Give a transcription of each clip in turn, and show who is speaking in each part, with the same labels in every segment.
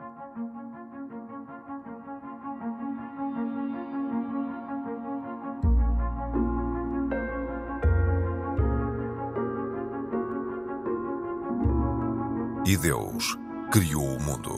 Speaker 1: E Deus criou o mundo.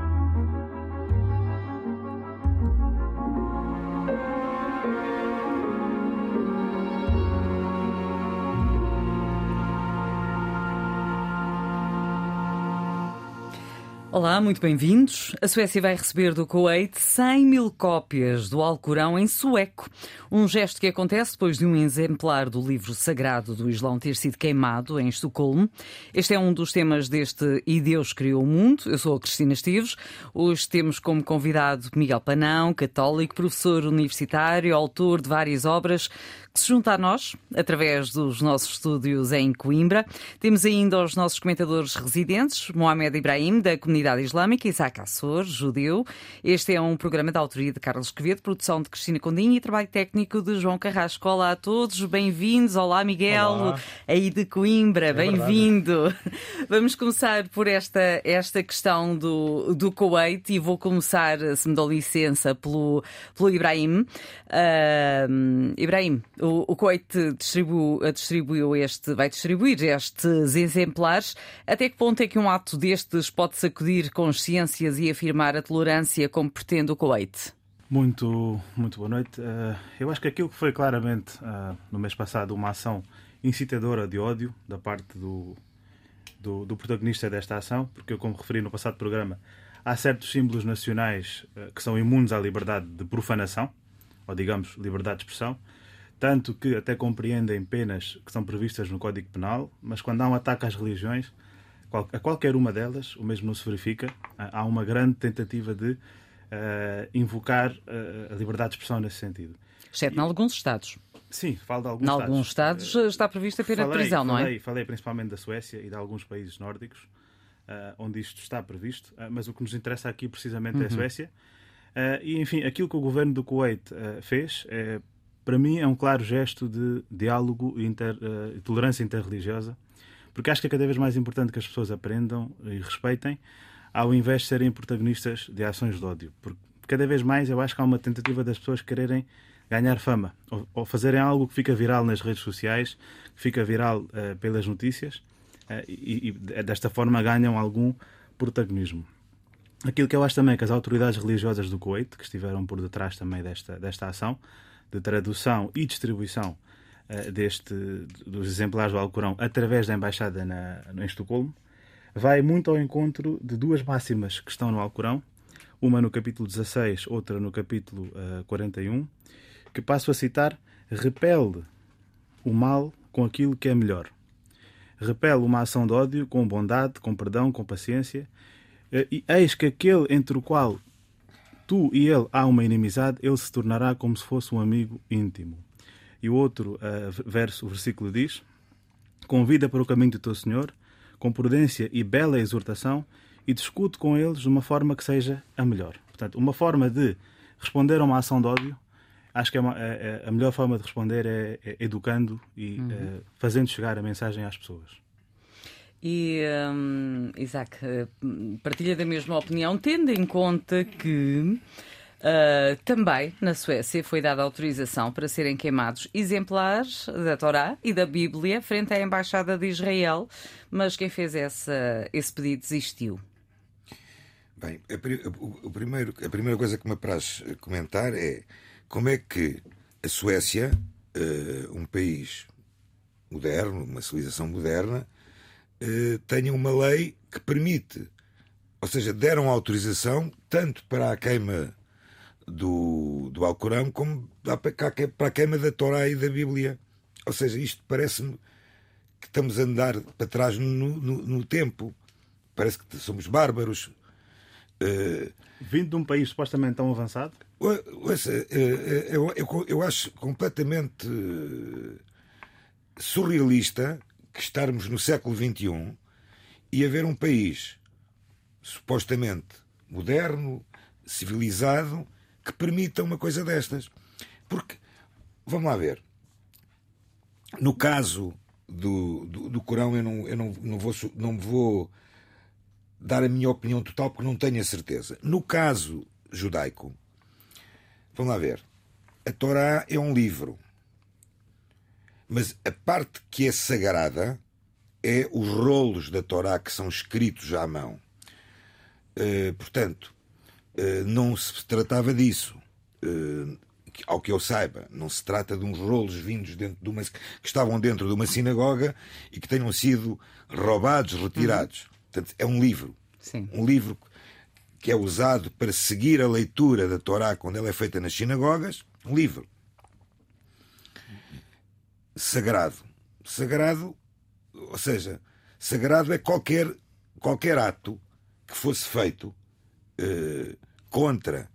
Speaker 2: Olá, muito bem-vindos. A Suécia vai receber do Kuwait 100 mil cópias do Alcorão em sueco. Um gesto que acontece depois de um exemplar do livro sagrado do Islão ter sido queimado em Estocolmo. Este é um dos temas deste E Deus Criou o Mundo. Eu sou a Cristina Esteves. Hoje temos como convidado Miguel Panão, católico, professor universitário, autor de várias obras, que se junta a nós através dos nossos estúdios em Coimbra. Temos ainda os nossos comentadores residentes, Mohamed Ibrahim, da Comunidade Islâmica, Isaac Assor, judeu. Este é um programa da autoria de Carlos Quevedo, produção de Cristina Condinho e trabalho técnico de João Carrasco. Olá a todos, bem-vindos. Olá, Miguel,
Speaker 3: Olá.
Speaker 2: Aí de Coimbra, bem-vindo.
Speaker 3: Verdade.
Speaker 2: Vamos começar por esta questão do Kuwait e vou começar, se me dá licença, pelo Ibrahim. Ibrahim, o Kuwait vai distribuir estes exemplares. Até que ponto é que um ato destes pode sacudir consciências e afirmar a tolerância como pretende o Kuwait?
Speaker 3: Muito boa noite. Eu acho que aquilo que foi claramente, no mês passado, uma ação incitadora de ódio da parte do protagonista desta ação, porque eu, como referi no passado programa, há certos símbolos nacionais que são imunes à liberdade de profanação, ou digamos, liberdade de expressão, tanto que até compreendem penas que são previstas no Código Penal, mas quando há um ataque às religiões, a qualquer uma delas, o mesmo não se verifica, há uma grande tentativa de invocar a liberdade de expressão nesse sentido.
Speaker 2: Exceto em alguns Estados.
Speaker 3: Sim, falo de alguns
Speaker 2: Em
Speaker 3: Estados.
Speaker 2: alguns Estados está prevista a pena de prisão, não é?
Speaker 3: Falei principalmente da Suécia e de alguns países nórdicos, onde isto está previsto, mas o que nos interessa aqui precisamente é a Suécia. E, enfim, aquilo que o governo do Kuwait fez, para mim, é um claro gesto de diálogo e tolerância interreligiosa, porque acho que é cada vez mais importante que as pessoas aprendam e respeitem, ao invés de serem protagonistas de ações de ódio. Porque cada vez mais eu acho que há uma tentativa das pessoas quererem ganhar fama, ou fazerem algo que fica viral nas redes sociais, que fica viral pelas notícias, e desta forma ganham algum protagonismo. Aquilo que eu acho também que as autoridades religiosas do Kuwait, que estiveram por detrás também desta ação, de tradução e distribuição dos exemplares do Alcorão através da Embaixada em Estocolmo, vai muito ao encontro de duas máximas que estão no Alcorão, uma no capítulo 16, outra no capítulo 41, que passo a citar: repele o mal com aquilo que é melhor. Repele uma ação de ódio com bondade, com perdão, com paciência, e eis que aquele entre o qual tu e ele há uma inimizade, ele se tornará como se fosse um amigo íntimo. E o outro o versículo diz: convida para o caminho do teu Senhor, com prudência e bela exortação, e discute com eles de uma forma que seja a melhor. Portanto, uma forma de responder a uma ação de ódio, acho que a melhor forma de responder é educando e fazendo chegar a mensagem às pessoas.
Speaker 2: E, Isaac, partilha da mesma opinião, tendo em conta que também na Suécia foi dada autorização para serem queimados exemplares da Torá e da Bíblia frente à Embaixada de Israel, mas quem fez esse pedido desistiu.
Speaker 4: Bem, a primeira coisa que me apraz comentar é como é que a Suécia, um país moderno, uma civilização moderna, tenha uma lei que permite, ou seja, deram autorização tanto para a queima do Alcorão como para a queima da Torá e da Bíblia. Ou seja, isto parece-me que estamos a andar para trás no tempo. Parece que somos bárbaros.
Speaker 3: Vindo de um país supostamente tão avançado?
Speaker 4: Eu acho completamente surrealista que estarmos no século XXI e haver um país supostamente moderno, civilizado, que permita uma coisa destas. Porque, vamos lá ver, no caso do Corão eu não vou dar a minha opinião total porque não tenho a certeza. No caso judaico, vamos lá ver, a Torá é um livro, mas a parte que é sagrada é os rolos da Torá que são escritos à mão. Portanto, não se tratava disso. Ao que eu saiba, não se trata de uns rolos vindos que estavam dentro de uma sinagoga e que tenham sido roubados, retirados. Portanto, é um livro.
Speaker 2: Sim.
Speaker 4: Um livro que é usado para seguir a leitura da Torá quando ela é feita nas sinagogas. Um livro. Sagrado. Sagrado, ou seja, sagrado é qualquer ato que fosse feito contra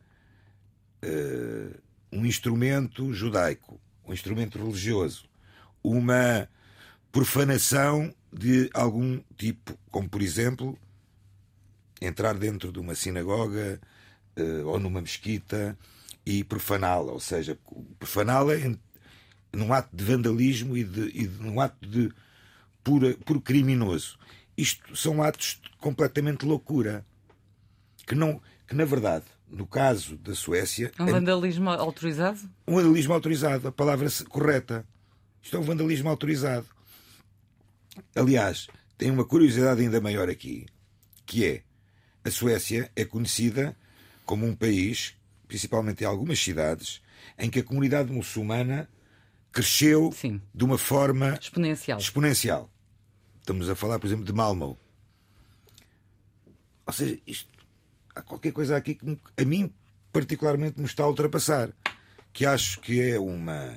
Speaker 4: um instrumento judaico, um instrumento religioso, uma profanação de algum tipo, como por exemplo entrar dentro de uma sinagoga ou numa mesquita e profaná-la, ou seja, profaná-la num ato de vandalismo e num ato de puro criminoso. Isto são atos completamente de loucura que na verdade, no caso da Suécia...
Speaker 2: Um vandalismo autorizado?
Speaker 4: Um vandalismo autorizado, a palavra correta. Isto é um vandalismo autorizado. Aliás, tem uma curiosidade ainda maior aqui, que é, a Suécia é conhecida como um país, principalmente em algumas cidades, em que a comunidade muçulmana cresceu
Speaker 2: Sim.
Speaker 4: de uma forma
Speaker 2: exponencial.
Speaker 4: Estamos a falar, por exemplo, de Malmö. Ou seja, há qualquer coisa aqui que a mim particularmente me está a ultrapassar, que acho que é uma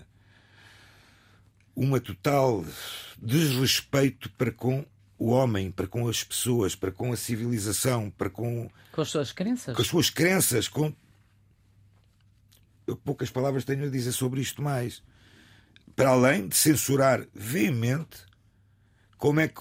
Speaker 4: total desrespeito para com o homem, para com as pessoas, para com a civilização, para com
Speaker 2: as suas crenças.
Speaker 4: Com as suas crenças. Eu poucas palavras tenho a dizer sobre isto mais. Para além de censurar veemente como é que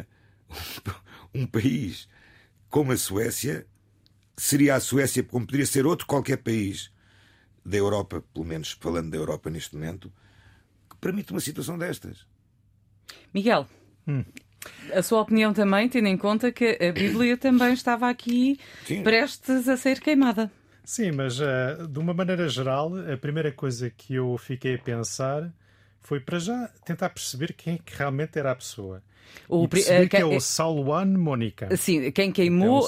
Speaker 4: um país como a Suécia seria a Suécia, como poderia ser outro qualquer país da Europa, pelo menos falando da Europa neste momento, que permite uma situação destas.
Speaker 2: Miguel, a sua opinião também, tendo em conta que a Bíblia também estava aqui prestes a ser queimada.
Speaker 5: Sim, mas de uma maneira geral, a primeira coisa que eu fiquei a pensar foi para já tentar perceber quem é que realmente era a pessoa. Que é o Salwan Mónica.
Speaker 2: Sim, quem queimou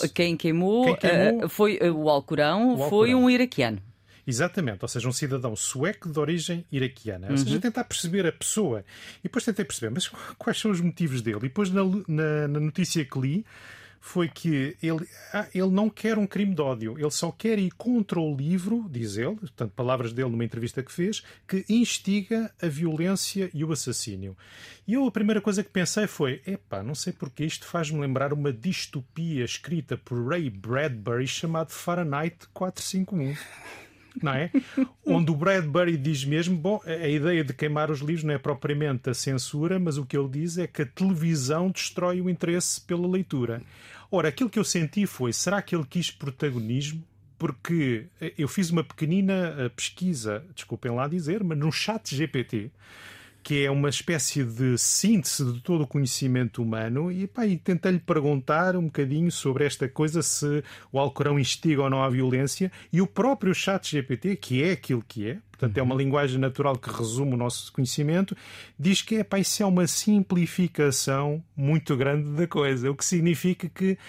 Speaker 2: foi o Alcorão, foi um iraquiano.
Speaker 5: Exatamente, ou seja, um cidadão sueco de origem iraquiana. Ou seja, tentar perceber a pessoa. E depois tentei perceber, mas quais são os motivos dele? E depois na notícia que li, foi que ele não quer um crime de ódio, ele só quer ir contra o livro, diz ele, portanto, palavras dele numa entrevista que fez, que instiga a violência e o assassínio. E eu a primeira coisa que pensei foi, não sei porque isto faz-me lembrar uma distopia escrita por Ray Bradbury chamado Fahrenheit 451. Não é? Onde o Bradbury diz mesmo, a ideia de queimar os livros não é propriamente a censura, mas o que ele diz é que a televisão destrói o interesse pela leitura. Ora, aquilo que eu senti foi, será que ele quis protagonismo? Porque eu fiz uma pequenina pesquisa, desculpem lá dizer, mas no ChatGPT, que é uma espécie de síntese de todo o conhecimento humano, e tentei-lhe perguntar um bocadinho sobre esta coisa, se o Alcorão instiga ou não à violência, e o próprio ChatGPT, que é aquilo que é, portanto é uma linguagem natural que resume o nosso conhecimento, diz que isso é uma simplificação muito grande da coisa, o que significa que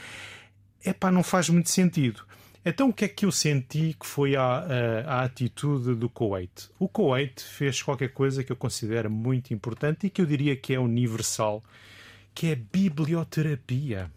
Speaker 5: não faz muito sentido. Então o que é que eu senti que foi a atitude do Kuwait? O Kuwait fez qualquer coisa que eu considero muito importante e que eu diria que é universal, que é biblioterapia.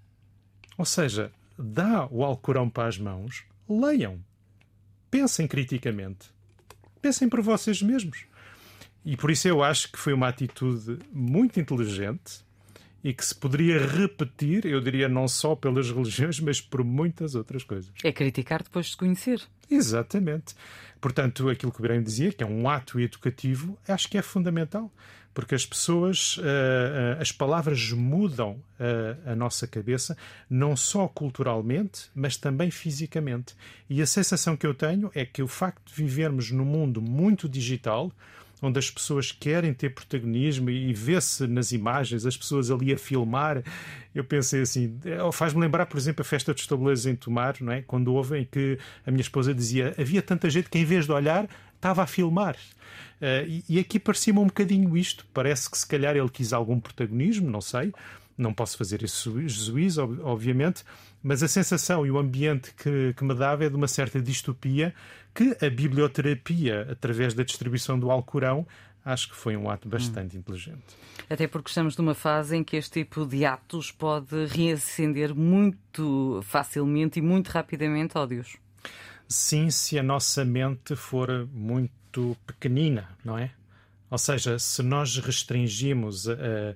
Speaker 5: Ou seja, dá o Alcorão para as mãos, leiam, pensem criticamente, pensem por vocês mesmos. E por isso eu acho que foi uma atitude muito inteligente e que se poderia repetir, eu diria, não só pelas religiões, mas por muitas outras coisas.
Speaker 2: É criticar depois de conhecer.
Speaker 5: Exatamente. Portanto, aquilo que o Birém dizia, que é um ato educativo, acho que é fundamental. Porque as pessoas, as palavras mudam a nossa cabeça, não só culturalmente, mas também fisicamente. E a sensação que eu tenho é que o facto de vivermos num mundo muito digital, onde as pessoas querem ter protagonismo e vê-se nas imagens as pessoas ali a filmar. Eu pensei assim, faz-me lembrar, por exemplo, a festa dos tabuleiros em Tomar, não é? Quando houve, em que a minha esposa dizia, havia tanta gente que em vez de olhar estava a filmar. E aqui parecia-me um bocadinho isto. Parece que se calhar ele quis algum protagonismo, não sei. Não posso fazer esse juízo, obviamente, mas a sensação e o ambiente que me dava é de uma certa distopia que a biblioterapia, através da distribuição do Alcorão, acho que foi um ato bastante inteligente.
Speaker 2: Até porque estamos numa fase em que este tipo de atos pode reacender muito facilmente e muito rapidamente ódios.
Speaker 5: Sim, se a nossa mente for muito pequenina, não é? Ou seja, se nós restringimos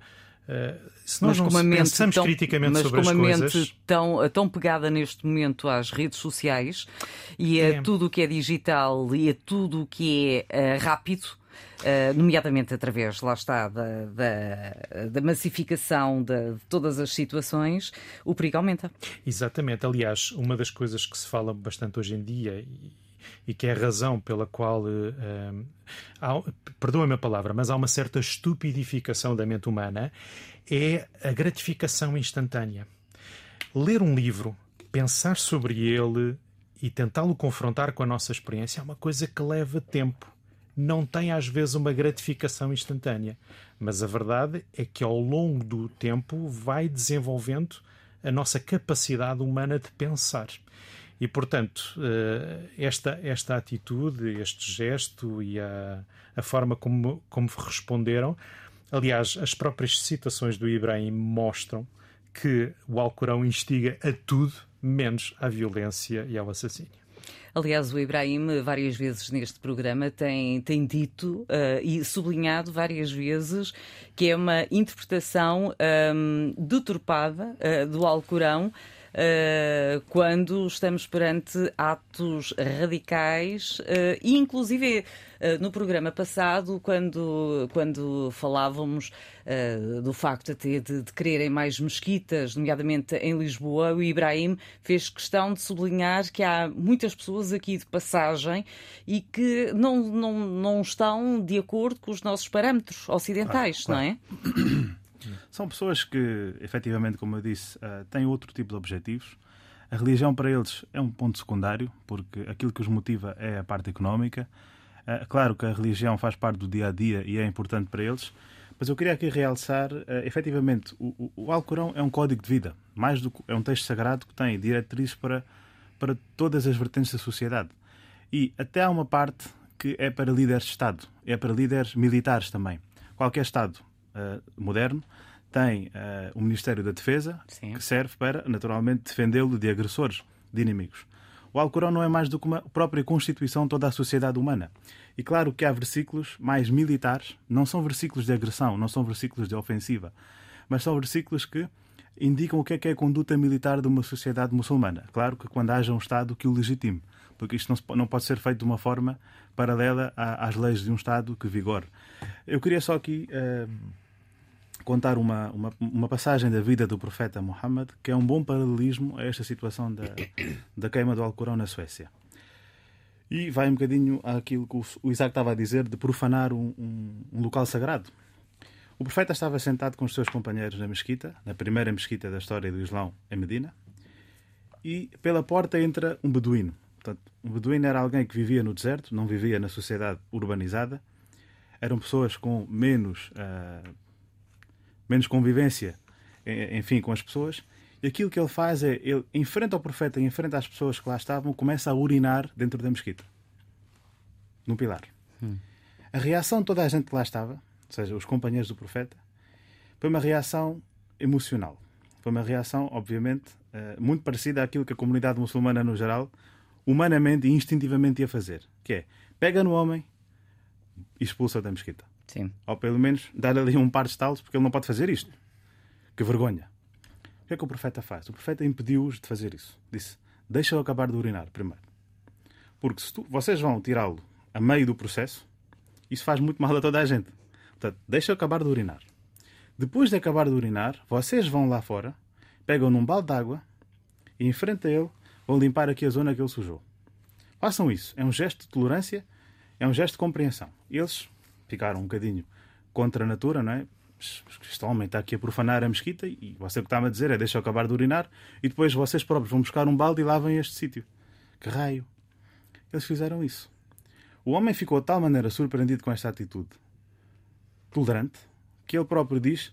Speaker 5: se nós não pensamos criticamente sobre as coisas...
Speaker 2: Mas com uma mente tão pegada neste momento às redes sociais e a tudo o que é digital e a tudo o que é rápido, nomeadamente através, lá está, da massificação de todas as situações, o perigo aumenta.
Speaker 5: Exatamente. Aliás, uma das coisas que se fala bastante hoje em dia e que é a razão pela qual, perdoa-me a palavra, mas há uma certa estupidificação da mente humana, é a gratificação instantânea. Ler um livro, pensar sobre ele e tentá-lo confrontar com a nossa experiência é uma coisa que leva tempo. Não tem, às vezes, uma gratificação instantânea. Mas a verdade é que, ao longo do tempo, vai desenvolvendo a nossa capacidade humana de pensar. E, portanto, esta atitude, este gesto e a forma como responderam, aliás, as próprias citações do Ibrahim mostram que o Alcorão instiga a tudo, menos à violência e ao assassínio.
Speaker 2: Aliás, o Ibrahim, várias vezes neste programa, tem dito e sublinhado várias vezes que é uma interpretação deturpada do Alcorão, quando estamos perante atos radicais e inclusive no programa passado, quando falávamos do facto até de quererem mais mesquitas, nomeadamente em Lisboa, o Ibrahim fez questão de sublinhar que há muitas pessoas aqui de passagem e que não estão de acordo com os nossos parâmetros ocidentais, claro. Não é?
Speaker 3: São pessoas que, efetivamente, como eu disse, têm outro tipo de objetivos. A religião para eles é um ponto secundário, porque aquilo que os motiva é a parte económica. Claro que a religião faz parte do dia-a-dia e é importante para eles, mas eu queria aqui realçar, efetivamente, o Alcorão é um código de vida, mais do que é um texto sagrado que tem diretrizes para todas as vertentes da sociedade. E até há uma parte que é para líderes de Estado, é para líderes militares também. Qualquer Estado moderno tem o Ministério da Defesa, sim, que serve para, naturalmente, defendê-lo de agressores, de inimigos. O Alcorão não é mais do que uma própria constituição de toda a sociedade humana. E claro que há versículos mais militares, não são versículos de agressão, não são versículos de ofensiva, mas são versículos que indicam o que é a conduta militar de uma sociedade muçulmana. Claro que quando haja um Estado que o legitime, porque isto não pode ser feito de uma forma paralela às leis de um Estado que vigore. Eu queria só aqui contar uma passagem da vida do profeta Muhammad, que é um bom paralelismo a esta situação da queima do Alcorão na Suécia. E vai um bocadinho àquilo que o Isaac estava a dizer, de profanar um local sagrado. O profeta estava sentado com os seus companheiros na mesquita, na primeira mesquita da história do Islão em Medina, e pela porta entra um beduíno. Portanto, um beduíno era alguém que vivia no deserto, não vivia na sociedade urbanizada, eram pessoas com menos convivência, enfim, com as pessoas. E aquilo que ele faz é, ele enfrenta o profeta e enfrenta as pessoas que lá estavam, começa a urinar dentro da mesquita, no pilar. A reação de toda a gente que lá estava, ou seja, os companheiros do profeta, foi uma reação emocional. Foi uma reação, obviamente, muito parecida àquilo que a comunidade muçulmana, no geral, humanamente e instintivamente ia fazer, que é, pega no homem e expulsa da mesquita.
Speaker 2: Sim.
Speaker 3: Ou pelo menos dar ali um par de estalos, porque ele não pode fazer isto. Que vergonha. O que é que o profeta faz? O profeta impediu-os de fazer isso. Disse, deixa-o acabar de urinar primeiro. Porque se vocês vão tirá-lo a meio do processo, isso faz muito mal a toda a gente. Portanto, deixa-o acabar de urinar. Depois de acabar de urinar, vocês vão lá fora, pegam num balde de água e em frente a ele vão limpar aqui a zona que ele sujou. Façam isso. É um gesto de tolerância, é um gesto de compreensão. Eles ficaram um bocadinho contra a natura, não é? Este homem está aqui a profanar a mesquita e você o que está-me a dizer é deixa eu acabar de urinar e depois vocês próprios vão buscar um balde e lavem este sítio. Que raio! Eles fizeram isso. O homem ficou de tal maneira surpreendido com esta atitude tolerante que ele próprio diz: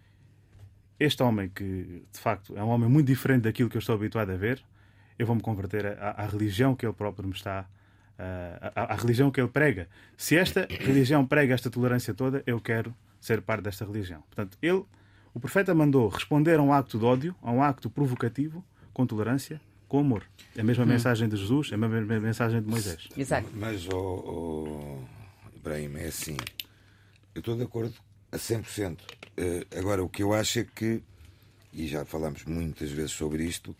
Speaker 3: este homem, que de facto é um homem muito diferente daquilo que eu estou habituado a ver, eu vou-me converter à religião que ele próprio me está... à religião que ele prega. Se esta religião prega esta tolerância toda, eu quero ser parte desta religião. Portanto, o profeta mandou responder a um acto de ódio, a um acto provocativo, com tolerância, com amor. É a mesma mensagem de Jesus, é a mesma mensagem de Moisés.
Speaker 2: Exato.
Speaker 4: Mas, Ibrahim, é assim. Eu estou de acordo a 100%. Agora, o que eu acho é que, e já falámos muitas vezes sobre isto,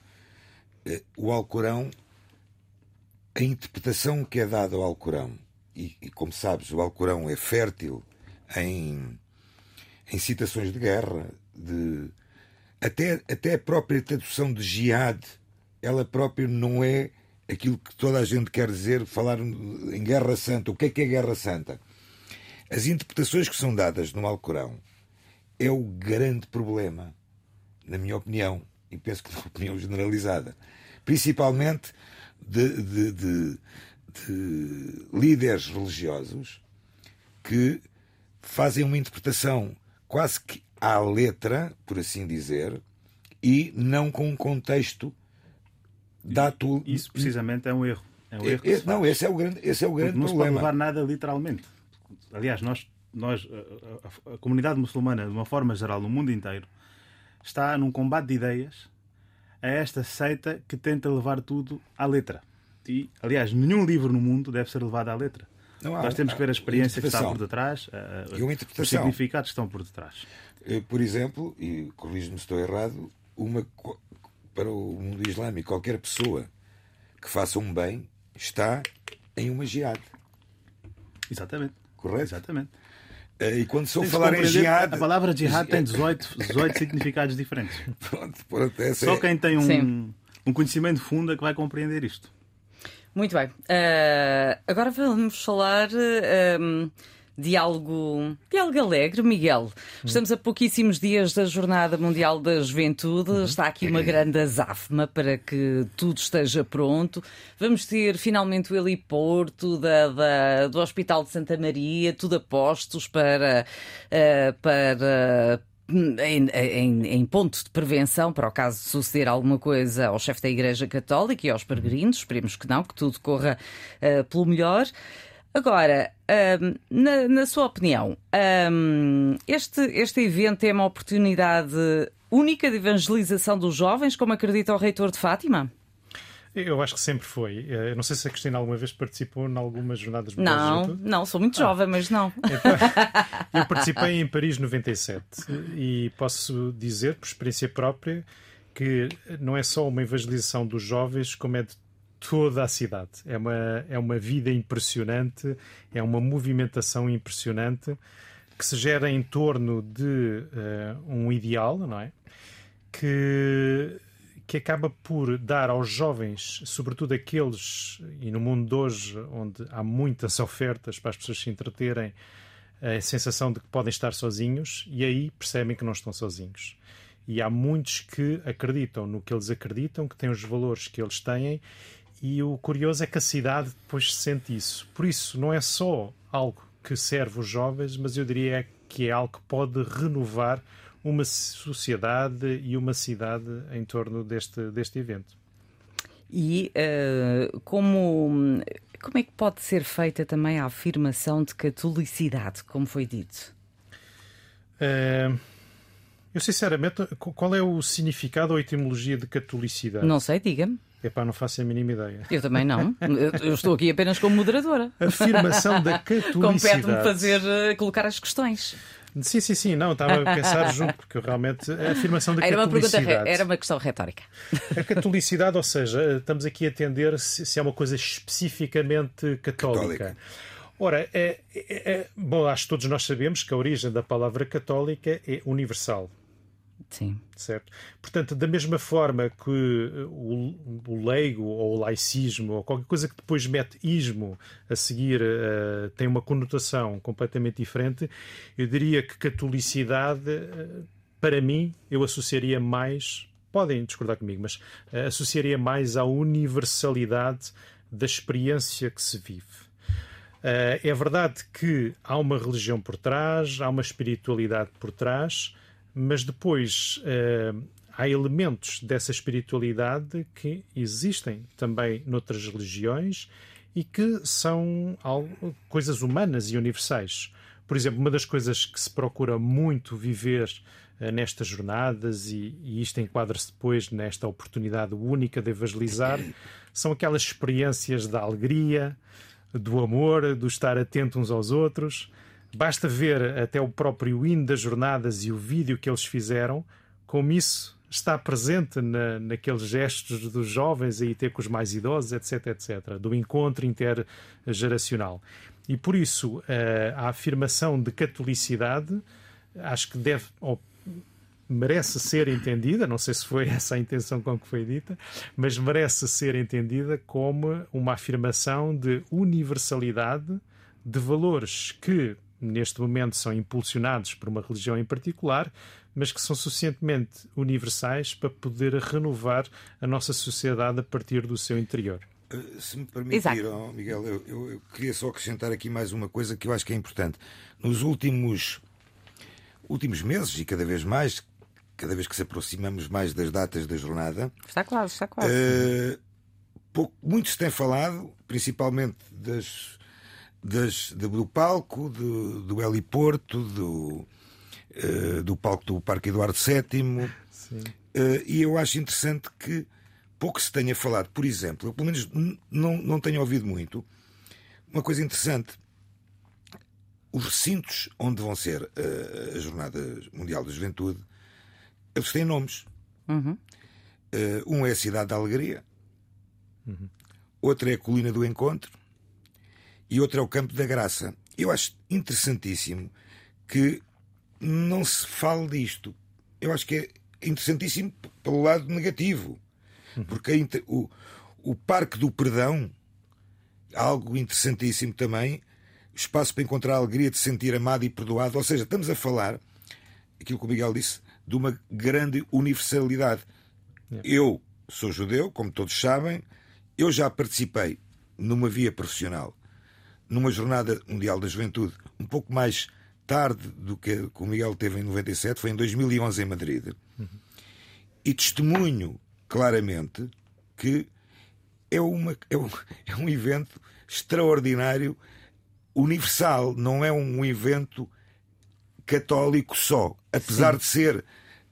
Speaker 4: o Alcorão, a interpretação que é dada ao Alcorão, e como sabes, o Alcorão é fértil em citações de guerra, até a própria tradução de jihad, ela própria não é aquilo que toda a gente quer dizer, falar em Guerra Santa. O que é Guerra Santa? As interpretações que são dadas no Alcorão é o grande problema, na minha opinião, e penso que na opinião generalizada, principalmente de líderes religiosos que fazem uma interpretação quase que à letra, por assim dizer, e não com um contexto da
Speaker 3: Isso precisamente é um erro. É um erro
Speaker 4: esse é o grande problema.
Speaker 3: Não se pode levar nada literalmente. Aliás, a comunidade muçulmana, de uma forma geral, no mundo inteiro, está num combate de ideias a esta seita que tenta levar tudo à letra. E, aliás, nenhum livro no mundo deve ser levado à letra. Nós temos que ver a experiência que está por detrás, os significados que estão por detrás.
Speaker 4: Por exemplo, e corrijo-me se estou errado, para o mundo islâmico, qualquer pessoa que faça um bem está em uma jihad.
Speaker 3: Exatamente.
Speaker 4: Correto?
Speaker 3: Exatamente.
Speaker 4: E quando se falar em jihad...
Speaker 3: A palavra jihad tem 18 significados diferentes.
Speaker 4: Pronto,
Speaker 3: só quem tem um conhecimento fundo é que vai compreender isto.
Speaker 2: Muito bem. Agora vamos falar de algo alegre, Miguel. Estamos a pouquíssimos dias da Jornada Mundial da Juventude. Está aqui uma grande azáfama para que tudo esteja pronto. Vamos ter finalmente o heliporto do Hospital de Santa Maria, tudo a postos para em ponto de prevenção para o caso de suceder alguma coisa ao chefe da Igreja Católica e aos peregrinos. Esperemos que não, que tudo corra pelo melhor. Agora, na sua opinião, este evento é uma oportunidade única de evangelização dos jovens, como acredita o reitor de Fátima?
Speaker 5: Eu acho que sempre foi. Eu não sei se a Cristina alguma vez participou em algumas jornadas mundiais.
Speaker 2: Não, sou muito jovem, mas não.
Speaker 5: Então, eu participei em Paris 97 e posso dizer, por experiência própria, que não é só uma evangelização dos jovens, como é de toda a cidade. É uma vida impressionante, é uma movimentação impressionante que se gera em torno de um ideal, não é? Que acaba por dar aos jovens, sobretudo aqueles, e no mundo de hoje, onde há muitas ofertas para as pessoas se entreterem, a sensação de que podem estar sozinhos, e aí percebem que não estão sozinhos. E há muitos que acreditam no que eles acreditam, que têm os valores que eles têm, e o curioso é que a cidade depois sente isso. Por isso, não é só algo que serve os jovens, mas eu diria que é algo que pode renovar uma sociedade e uma cidade em torno deste evento.
Speaker 2: E como é que pode ser feita também a afirmação de catolicidade, como foi dito?
Speaker 5: Eu sinceramente, qual é o significado ou a etimologia de catolicidade?
Speaker 2: Não sei, diga-me.
Speaker 5: Epá, não faço a mínima ideia.
Speaker 2: Eu também não. Eu estou aqui apenas como moderadora.
Speaker 5: Afirmação da catolicidade.
Speaker 2: Compete-me colocar as questões.
Speaker 5: Sim, não, estava a pensar junto, porque realmente a afirmação da catolicidade...
Speaker 2: Era uma questão retórica.
Speaker 5: A catolicidade, ou seja, estamos aqui a atender se é uma coisa especificamente católica. Ora, bom, acho que todos nós sabemos que a origem da palavra católica é universal.
Speaker 2: Sim.
Speaker 5: Certo? Portanto, da mesma forma que o leigo ou o laicismo ou qualquer coisa que depois mete ismo a seguir tem uma conotação completamente diferente, eu diria que catolicidade, para mim, eu associaria mais, podem discordar comigo, mas associaria mais à universalidade da experiência que se vive. É verdade que há uma religião por trás, há uma espiritualidade por trás, mas depois há elementos dessa espiritualidade que existem também noutras religiões e que são coisas humanas e universais. Por exemplo, uma das coisas que se procura muito viver nestas jornadas, e isto enquadra-se depois nesta oportunidade única de evangelizar, são aquelas experiências da alegria, do amor, do estar atento uns aos outros. Basta ver até o próprio hino das jornadas e o vídeo que eles fizeram, como isso está presente naqueles gestos dos jovens a ir ter com os mais idosos, etc, etc, do encontro intergeracional. E por isso a afirmação de catolicidade acho que deve ou merece ser entendida, não sei se foi essa a intenção com que foi dita, mas merece ser entendida como uma afirmação de universalidade de valores que neste momento são impulsionados por uma religião em particular, mas que são suficientemente universais para poder renovar a nossa sociedade a partir do seu interior.
Speaker 4: Se me permitir, Miguel, eu queria só acrescentar aqui mais uma coisa que eu acho que é importante. Nos últimos meses, e cada vez mais, cada vez que se aproximamos mais das datas da jornada...
Speaker 2: Está quase.
Speaker 4: Muito se tem falado, principalmente do palco, do heliporto, do palco do Parque Eduardo VII. E eu acho interessante que pouco se tenha falado. Por exemplo, eu pelo menos não tenho ouvido muito. Uma coisa interessante, os recintos onde vão ser a Jornada Mundial da Juventude, eles têm nomes. Um é a Cidade da Alegria, outro é a Colina do Encontro e outro é o Campo da Graça. Eu acho interessantíssimo que não se fale disto. Eu acho que é interessantíssimo pelo lado negativo, porque o Parque do Perdão, algo interessantíssimo também, espaço para encontrar a alegria de se sentir amado e perdoado. Ou seja, estamos a falar, aquilo que o Miguel disse, de uma grande universalidade. Eu sou judeu, como todos sabem, eu já participei numa via profissional, numa Jornada Mundial da Juventude, um pouco mais tarde do que o Miguel teve em 97, foi em 2011 em Madrid. E testemunho claramente que é um evento extraordinário, universal, não é um evento católico só, apesar de ser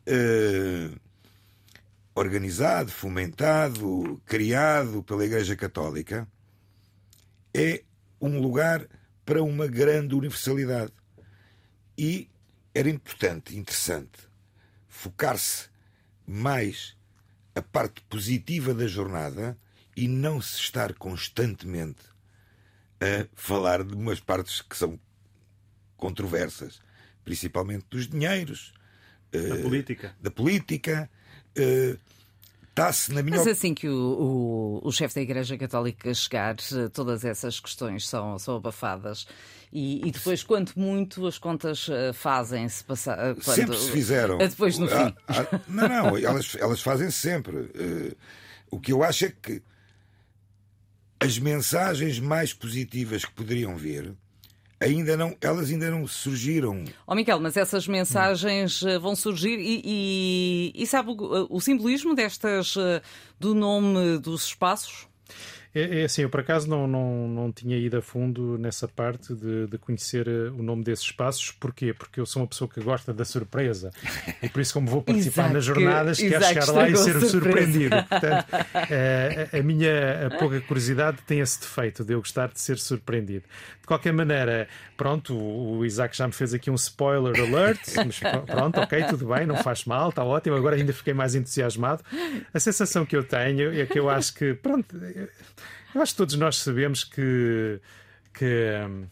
Speaker 4: organizado, fomentado, criado pela Igreja Católica, é um lugar para uma grande universalidade. E era importante, interessante, focar-se mais a parte positiva da jornada e não se estar constantemente a falar de umas partes que são controversas, principalmente dos dinheiros, da política. Está-se na minha...
Speaker 2: Mas assim que o chefe da Igreja Católica chegar, todas essas questões são abafadas. E depois, quanto muito, as contas fazem-se passar.
Speaker 4: Sempre se fizeram.
Speaker 2: Depois no fim.
Speaker 4: Não, elas fazem sempre. O que eu acho é que as mensagens mais positivas que poderiam vir elas ainda não surgiram.
Speaker 2: Miquel, mas essas mensagens vão surgir e sabe o simbolismo destas, do nome dos espaços?
Speaker 5: É assim, eu por acaso não tinha ido a fundo nessa parte de conhecer o nome desses espaços. Porquê? Porque eu sou uma pessoa que gosta da surpresa e por isso, como vou participar nas jornadas, quero chegar lá e ser surpreendido. Portanto, a minha pouca curiosidade tem esse defeito de eu gostar de ser surpreendido. De qualquer maneira, pronto, o Isaac já me fez aqui um spoiler alert, mas pronto, ok, tudo bem, não faz mal, está ótimo, agora ainda fiquei mais entusiasmado. A sensação que eu tenho é que eu acho que, pronto, eu acho que todos nós sabemos que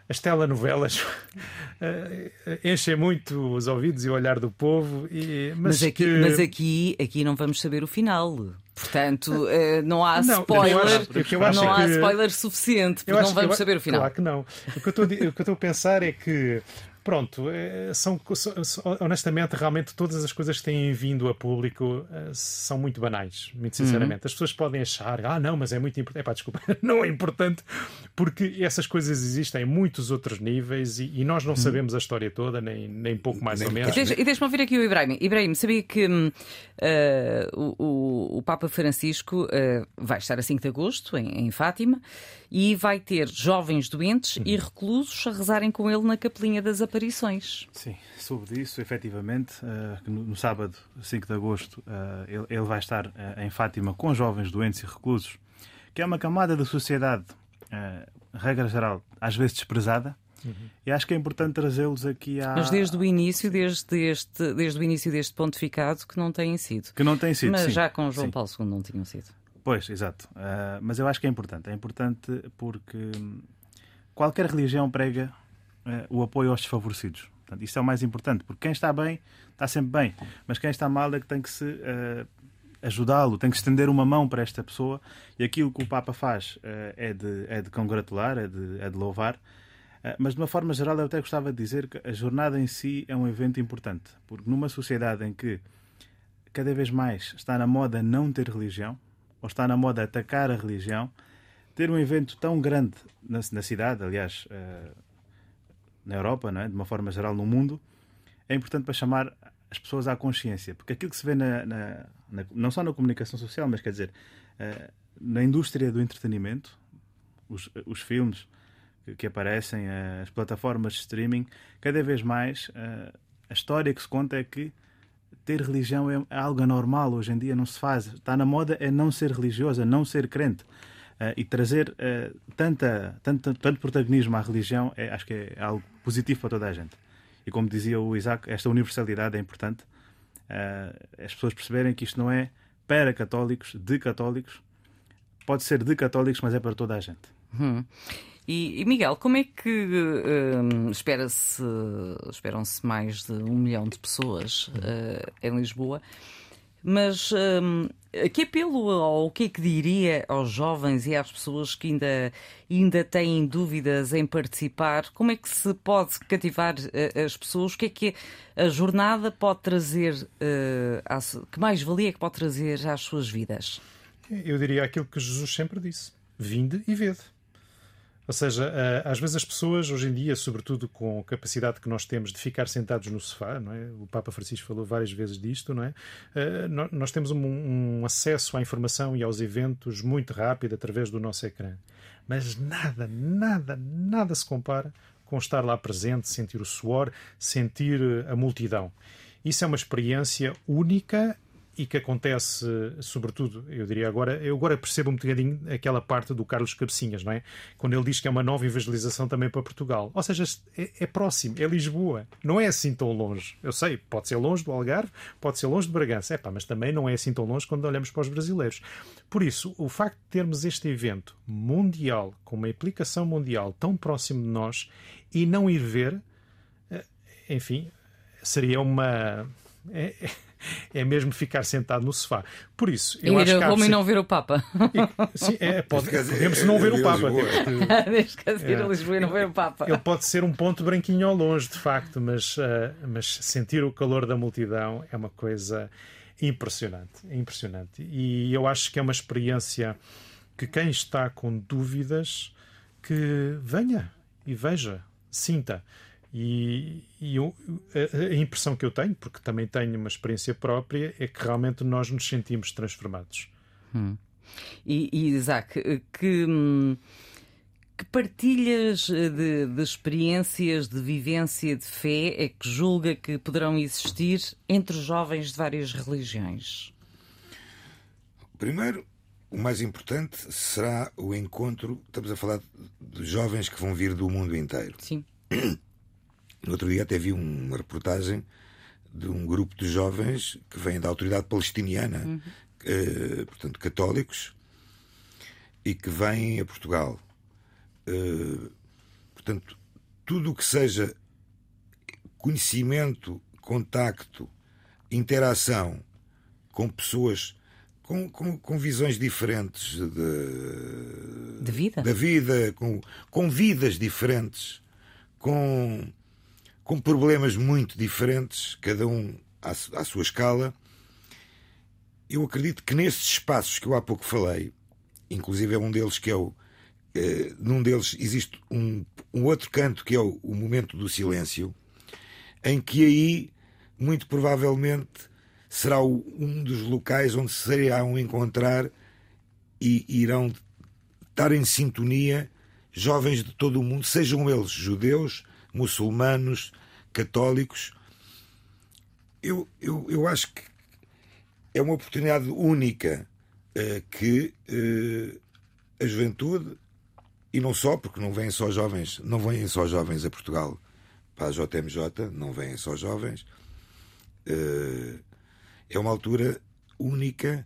Speaker 5: as telenovelas enchem muito os ouvidos e o olhar do povo. Mas
Speaker 2: aqui não vamos saber o final. Portanto, não há spoiler. Não há spoiler suficiente, porque não vamos saber o final.
Speaker 5: Claro que não. O que eu estou a pensar é que, pronto, honestamente, realmente todas as coisas que têm vindo a público são muito banais, muito sinceramente. As pessoas podem achar, não, mas é muito importante. Desculpa, não é importante, porque essas coisas existem em muitos outros níveis e nós não sabemos a história toda, nem pouco mais ou menos.
Speaker 2: E deixa-me ouvir aqui o Ibrahim. Ibrahim, sabia que o Papa Francisco vai estar a 5 de agosto em Fátima e vai ter jovens doentes e reclusos a rezarem com ele na Capelinha das Aparições.
Speaker 3: Sim, soube disso, efetivamente. No sábado, 5 de agosto, ele vai estar em Fátima com jovens doentes e reclusos, que é uma camada da sociedade, regra geral, às vezes desprezada. E acho que é importante trazê-los aqui
Speaker 2: Mas desde o início, desde o início deste pontificado, que não têm sido. Mas
Speaker 3: sim.
Speaker 2: Já com João Paulo II não tinham sido.
Speaker 3: Pois, exato. Mas eu acho que é importante. É importante porque qualquer religião prega o apoio aos desfavorecidos. Portanto, isso é o mais importante, porque quem está bem, está sempre bem. Mas quem está mal é que tem que se ajudá-lo, tem que estender uma mão para esta pessoa. E aquilo que o Papa faz é de congratular, é de louvar. Mas de uma forma geral eu até gostava de dizer que a jornada em si é um evento importante, porque numa sociedade em que cada vez mais está na moda não ter religião, ou está na moda atacar a religião, ter um evento tão grande na cidade, aliás, na Europa, não é? De uma forma geral no mundo, é importante para chamar as pessoas à consciência, porque aquilo que se vê não só na comunicação social, mas quer dizer, na indústria do entretenimento, os filmes que aparecem, as plataformas de streaming, cada vez mais a história que se conta é que ter religião é algo anormal hoje em dia, não se faz. Está na moda é não ser religioso, é não ser crente. E trazer tanto protagonismo à religião acho que é algo positivo para toda a gente. E como dizia o Isaac, esta universalidade é importante. As pessoas perceberem que isto não é para católicos, de católicos. Pode ser de católicos, mas é para toda a gente.
Speaker 2: E Miguel, como é que esperam-se mais de 1 milhão de pessoas em Lisboa, mas que apelo ou o que é que diria aos jovens e às pessoas que ainda têm dúvidas em participar? Como é que se pode cativar as pessoas? O que é que a jornada pode trazer, que mais-valia é que pode trazer às suas vidas?
Speaker 5: Eu diria aquilo que Jesus sempre disse: vinde e vede. Ou seja, às vezes as pessoas, hoje em dia, sobretudo com a capacidade que nós temos de ficar sentados no sofá, não é? O Papa Francisco falou várias vezes disto, não é? Nós temos um acesso à informação e aos eventos muito rápido através do nosso ecrã. Mas nada se compara com estar lá presente, sentir o suor, sentir a multidão. Isso é uma experiência única e que acontece, sobretudo, eu diria agora, eu agora percebo um bocadinho aquela parte do Carlos Cabecinhas, não é? Quando ele diz que é uma nova evangelização também para Portugal. Ou seja, é próximo, é Lisboa. Não é assim tão longe. Eu sei, pode ser longe do Algarve, pode ser longe de Bragança, mas também não é assim tão longe quando olhamos para os brasileiros. Por isso, o facto de termos este evento mundial, com uma implicação mundial tão próximo de nós, e não ir ver, enfim, seria uma... É mesmo ficar sentado no sofá. Por isso, eu acho que
Speaker 2: ir a Roma e não ver o Papa.
Speaker 5: Sim, podemos não ver o Papa.
Speaker 2: Desde que ir a Lisboa e não ver o Papa.
Speaker 5: Ele pode ser um ponto branquinho ao longe, de facto, mas sentir o calor da multidão é uma coisa impressionante. E eu acho que é uma experiência que quem está com dúvidas, que venha e veja, sinta. E a impressão que eu tenho, porque também tenho uma experiência própria, é que realmente nós nos sentimos transformados.
Speaker 2: E Isaac, que partilhas de experiências, de vivência, de fé é que julga que poderão existir entre jovens de várias religiões?
Speaker 4: Primeiro, o mais importante será o encontro. Estamos a falar de jovens que vão vir do mundo inteiro.
Speaker 2: Sim.
Speaker 4: No outro dia até vi uma reportagem de um grupo de jovens que vêm da autoridade palestiniana, portanto católicos, e que vêm a Portugal. Portanto, tudo o que seja conhecimento, contacto, interação com pessoas com visões diferentes
Speaker 2: de vida,
Speaker 4: da vida, com vidas diferentes, com problemas muito diferentes, cada um à sua escala. Eu acredito que nestes espaços que eu há pouco falei, inclusive é um deles que é num deles existe um outro canto que é o momento do silêncio, em que aí, muito provavelmente, será um dos locais onde se irão encontrar e irão estar em sintonia jovens de todo o mundo, sejam eles judeus, muçulmanos, católicos. Eu acho que é uma oportunidade única que a juventude, e não só, porque não vêm só jovens a Portugal para a JMJ, não vêm só jovens. É uma altura única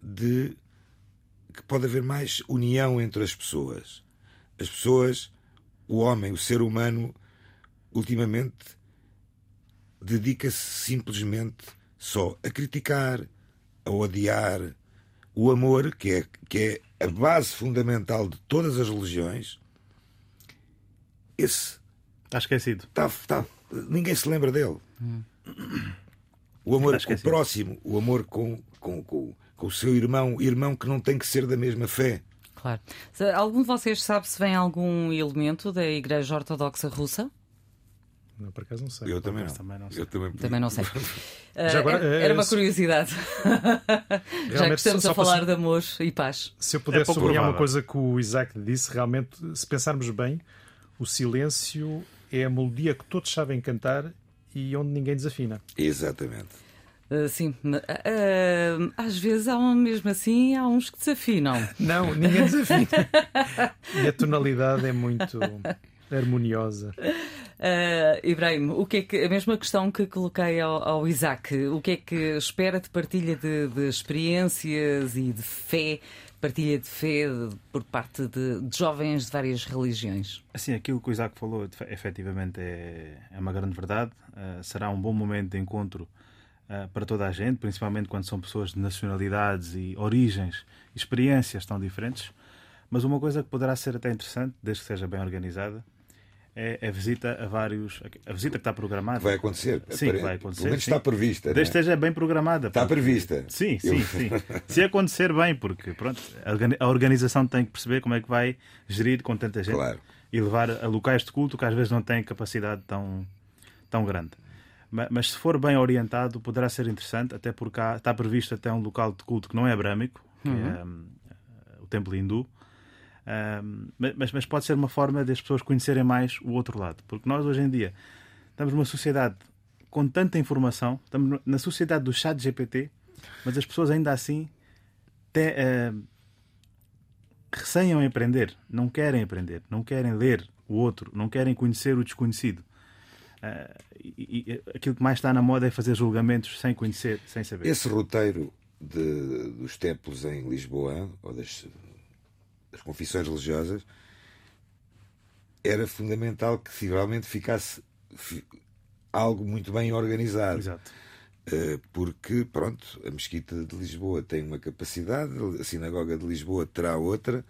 Speaker 4: que pode haver mais união entre as pessoas. As pessoas, o homem, o ser humano, ultimamente dedica-se simplesmente só a criticar, a odiar. O amor, que é a base fundamental de todas as religiões, esse
Speaker 3: está esquecido.
Speaker 4: Ninguém se lembra dele. O amor com o próximo, o amor com o seu irmão que não tem que ser da mesma fé.
Speaker 2: Claro. Algum de vocês sabe se vem algum elemento da Igreja Ortodoxa Russa?
Speaker 5: Não, por acaso não sei.
Speaker 4: Eu também não.
Speaker 2: Eu também não sei.
Speaker 5: Já agora,
Speaker 2: era uma curiosidade. Já que estamos a falar de amor e paz.
Speaker 5: Se eu pudesse sublinhar uma coisa que o Isaac disse, realmente, se pensarmos bem, o silêncio é a melodia que todos sabem cantar e onde ninguém desafina.
Speaker 4: Exatamente.
Speaker 2: Sim, às vezes mesmo assim há uns que desafinam.
Speaker 5: Não, ninguém desafina. E a tonalidade é muito harmoniosa.
Speaker 2: Ibrahim, o que é que, a mesma questão que coloquei ao Isaac, o que é que espera de partilha de experiências e de fé, partilha de fé por parte de jovens de várias religiões?
Speaker 3: Assim, aquilo que o Isaac falou efetivamente é uma grande verdade. Será um bom momento de encontro para toda a gente, principalmente quando são pessoas de nacionalidades e origens, experiências tão diferentes. Mas uma coisa que poderá ser até interessante, desde que seja bem organizada, é a visita a vários. A visita que está programada.
Speaker 4: Que vai acontecer.
Speaker 3: Sim, vai acontecer.
Speaker 4: Pelo menos está prevista.
Speaker 3: Desde que esteja bem programada.
Speaker 4: Está prevista.
Speaker 3: Sim. Se acontecer bem, porque pronto, a organização tem que perceber como é que vai gerir com tanta gente.
Speaker 4: Claro.
Speaker 3: E levar a locais de culto que às vezes não têm capacidade tão grande. Mas se for bem orientado, poderá ser interessante, até porque está previsto até um local de culto que não é abrâmico, que é o templo hindu. Mas pode ser uma forma das pessoas conhecerem mais o outro lado, porque nós hoje em dia estamos numa sociedade com tanta informação, estamos na sociedade do chat GPT, mas as pessoas ainda assim receiam em aprender, não querem ler o outro, não querem conhecer o desconhecido. E aquilo que mais está na moda é fazer julgamentos sem conhecer, sem saber.
Speaker 4: Esse roteiro dos templos em Lisboa, ou das confissões religiosas, era fundamental que realmente ficasse algo muito bem organizado.
Speaker 3: Exato.
Speaker 4: Porque, pronto, a Mesquita de Lisboa tem uma capacidade, a Sinagoga de Lisboa terá outra.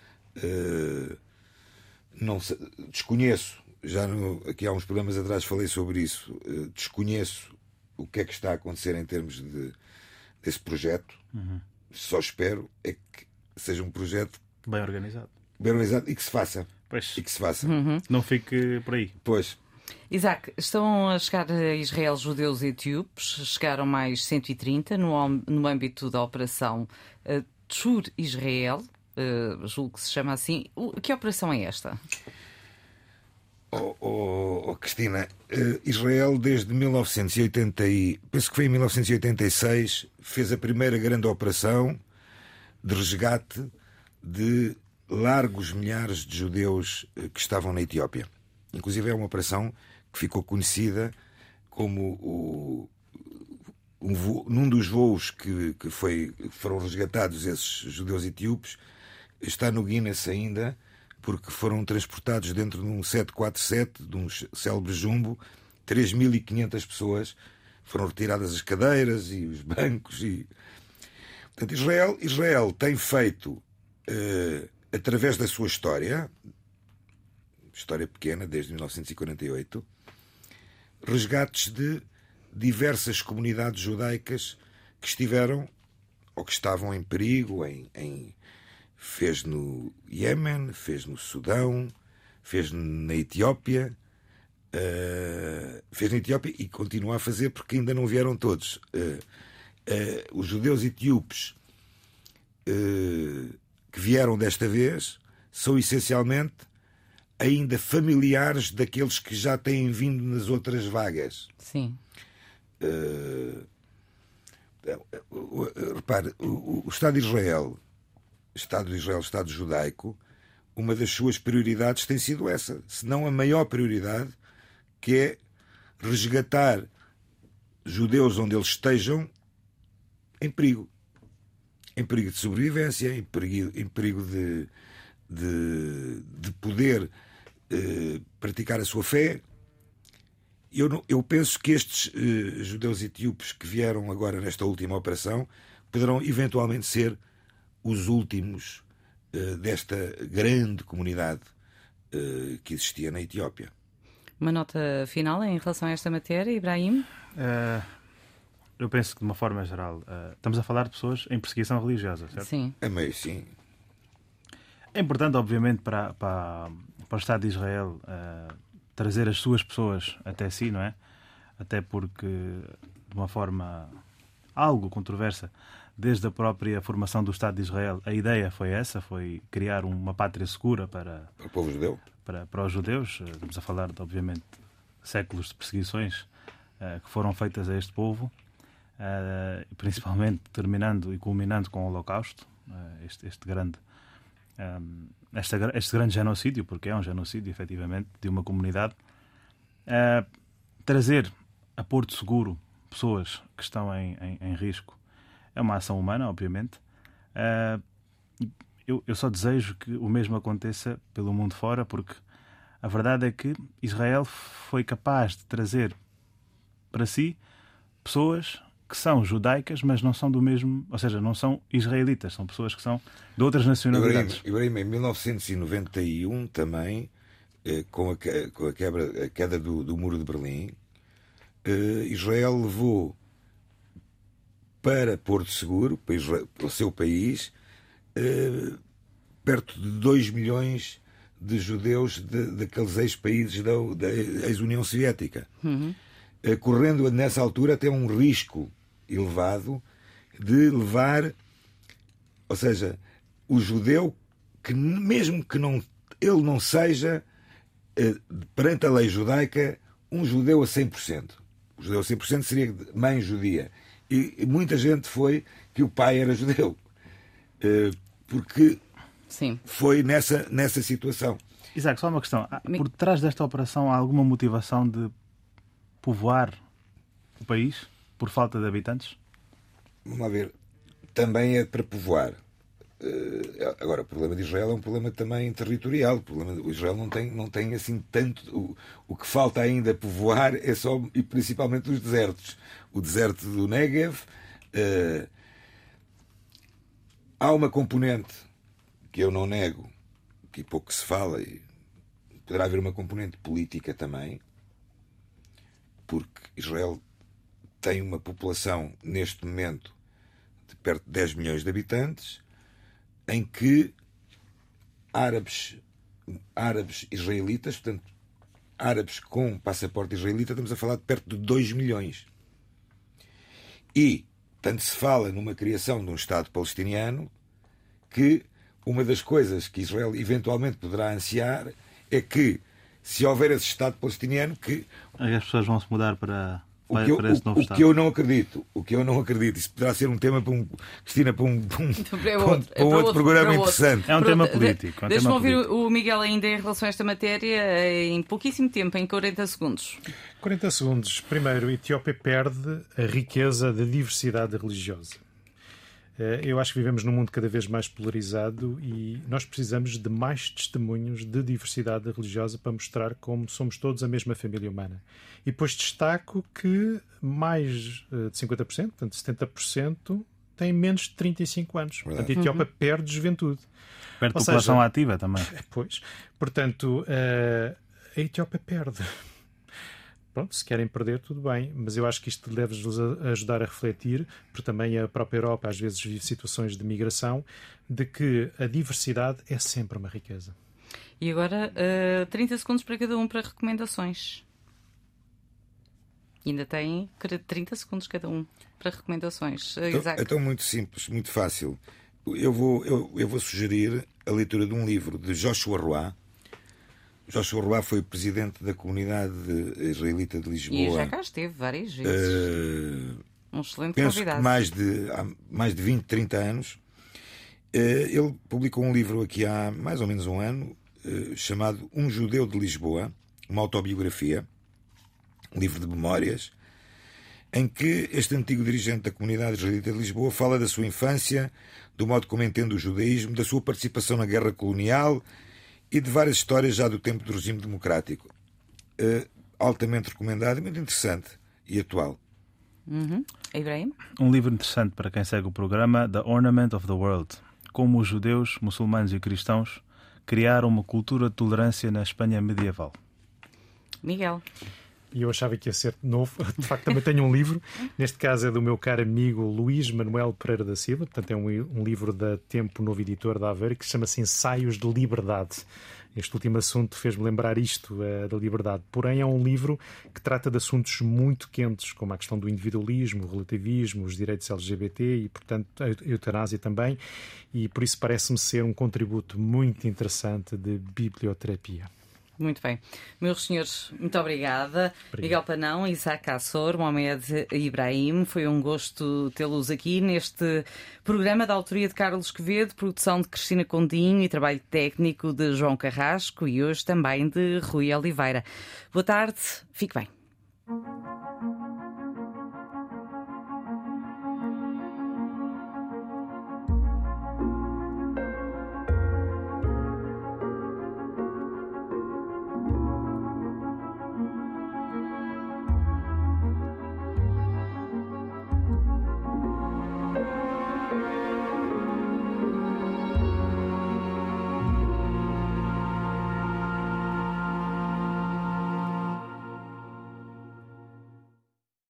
Speaker 4: Não sei, desconheço, aqui há uns programas atrás falei sobre isso, desconheço o que é que está a acontecer em termos desse projeto. Só espero é que seja um projeto
Speaker 3: bem organizado
Speaker 4: e que se faça.
Speaker 3: Pois.
Speaker 4: E que se faça.
Speaker 3: Não fique por aí.
Speaker 4: Pois.
Speaker 2: Isaac, estão a chegar a Israel judeus e etíopes, chegaram mais 130 no âmbito da operação Tzur Israel, julgo que se chama assim. Que operação é esta?
Speaker 4: Cristina, Israel desde 1980, penso que foi em 1986, fez a primeira grande operação de resgate de largos milhares de judeus que estavam na Etiópia. Inclusive é uma operação que ficou conhecida como num dos voos que foram resgatados esses judeus etíopes, está no Guinness ainda porque foram transportados dentro de um 747, de um célebre jumbo, 3.500 pessoas, foram retiradas as cadeiras e os bancos. Portanto, Israel tem feito, através da sua história pequena, desde 1948, resgates de diversas comunidades judaicas que estiveram ou que estavam em perigo, fez no Iémen, fez no Sudão, fez na Etiópia, e continua a fazer porque ainda não vieram todos. Os judeus etíopes que vieram desta vez são essencialmente ainda familiares daqueles que já têm vindo nas outras vagas.
Speaker 2: Sim.
Speaker 4: Repare, o Estado de Israel, Estado judaico, uma das suas prioridades tem sido essa, se não a maior prioridade, que é resgatar judeus onde eles estejam em perigo de sobrevivência, em perigo de poder praticar a sua fé. Eu penso que estes judeus etíopes que vieram agora nesta última operação poderão eventualmente ser os últimos desta grande comunidade que existia na Etiópia.
Speaker 2: Uma nota final em relação a esta matéria, Ibrahim?
Speaker 3: Eu penso que, de uma forma geral, estamos a falar de pessoas em perseguição religiosa, certo?
Speaker 2: Sim.
Speaker 4: É meio sim.
Speaker 3: É importante, obviamente, para o Estado de Israel trazer as suas pessoas até si, não é? Até porque, de uma forma algo controversa, desde a própria formação do Estado de Israel, a ideia foi essa, foi criar uma pátria segura para
Speaker 4: o povo judeu,
Speaker 3: para os judeus. Estamos a falar, obviamente, séculos de perseguições que foram feitas a este povo, principalmente terminando e culminando com o Holocausto, este grande genocídio, porque é um genocídio, efetivamente, de uma comunidade. Trazer a Porto Seguro pessoas que estão em risco é uma ação humana, obviamente. Eu só desejo que o mesmo aconteça pelo mundo fora, porque a verdade é que Israel foi capaz de trazer para si pessoas que são judaicas, mas não são do mesmo, ou seja, não são israelitas, são pessoas que são de outras nacionalidades.
Speaker 4: Ibrahim, em 1991 também, com a queda do Muro de Berlim, Israel levou para Porto Seguro, para o seu país, perto de 2 milhões de judeus daqueles ex-países da ex-União Soviética. Correndo nessa altura até um risco elevado de levar, ou seja, o judeu, que mesmo que ele não seja, perante a lei judaica, um judeu a 100%. O judeu a 100% seria mãe judia. E muita gente foi que o pai era judeu. Porque
Speaker 2: Sim.
Speaker 4: Foi nessa situação.
Speaker 3: Isaac, só uma questão. Por trás desta operação há alguma motivação de povoar o país por falta de habitantes?
Speaker 4: Vamos lá ver. Também é para povoar. Agora, o problema de Israel é um problema também territorial. O Israel não tem assim tanto. O que falta ainda povoar é só, e principalmente, os desertos. O deserto do Negev. Há uma componente que eu não nego, que pouco se fala, e poderá haver uma componente política também, porque Israel tem uma população, neste momento, de perto de 10 milhões de habitantes, em que árabes israelitas, portanto, árabes com passaporte israelita, estamos a falar de perto de 2 milhões. E tanto se fala numa criação de um Estado palestiniano que uma das coisas que Israel eventualmente poderá ansiar é que, se houver esse Estado palestiniano, que
Speaker 3: as pessoas vão se mudar para esse novo Estado.
Speaker 4: O que eu não acredito, isso poderá ser um tema para outro programa interessante.
Speaker 3: É um tema político.
Speaker 2: Deixa-me ouvir o Miguel ainda em relação a esta matéria em pouquíssimo tempo, em 40 segundos.
Speaker 5: 40 segundos. Primeiro, a Etiópia perde a riqueza da diversidade religiosa. Eu acho que vivemos num mundo cada vez mais polarizado e nós precisamos de mais testemunhos de diversidade religiosa para mostrar como somos todos a mesma família humana. E depois destaco que mais de 50%, portanto 70%, têm menos de 35 anos. Portanto, a Etiópia perde juventude.
Speaker 3: Perde população ativa também.
Speaker 5: Pois. Portanto, a Etiópia perde. Pronto, se querem perder, tudo bem, mas eu acho que isto deve-nos ajudar a refletir, porque também a própria Europa às vezes vive situações de migração, de que a diversidade é sempre uma riqueza.
Speaker 2: E agora, 30 segundos para cada um para recomendações. E ainda têm 30 segundos cada um para recomendações.
Speaker 4: Então, muito simples, muito fácil. Eu vou sugerir a leitura de um livro de Joshua Roy. Joshua Roy foi presidente da comunidade israelita de Lisboa.
Speaker 2: E já cá esteve várias vezes. Um excelente convidado.
Speaker 4: Há mais de 20, 30 anos. Ele publicou um livro aqui há mais ou menos um ano, chamado Um Judeu de Lisboa, uma autobiografia, um livro de memórias, em que este antigo dirigente da comunidade israelita de Lisboa fala da sua infância, do modo como entende o judaísmo, da sua participação na guerra colonial e de várias histórias já do tempo do regime democrático. Altamente recomendado, muito interessante e atual.
Speaker 2: Ibrahim?
Speaker 3: Um livro interessante para quem segue o programa, The Ornament of the World. Como os judeus, muçulmanos e cristãos criaram uma cultura de tolerância na Espanha medieval.
Speaker 2: Miguel?
Speaker 5: E eu achava que ia ser novo. De facto, também tenho um livro. Neste caso é do meu caro amigo Luís Manuel Pereira da Silva. Portanto, é um livro da Tempo Novo Editor da Aveiro, que se chama-se Ensaios de Liberdade. Este último assunto fez-me lembrar isto, da liberdade. Porém, é um livro que trata de assuntos muito quentes, como a questão do individualismo, o relativismo, os direitos LGBT e, portanto, a eutanásia também. E por isso parece-me ser um contributo muito interessante de biblioterapia.
Speaker 2: Muito bem. Meus senhores, muito obrigada.
Speaker 5: Obrigado.
Speaker 2: Miguel Panão, Isaac Assor, Mohamed Ibrahim. Foi um gosto tê-los aqui neste programa da autoria de Carlos Quevedo, produção de Cristina Condinho e trabalho técnico de João Carrasco e hoje também de Rui Oliveira. Boa tarde, fique bem.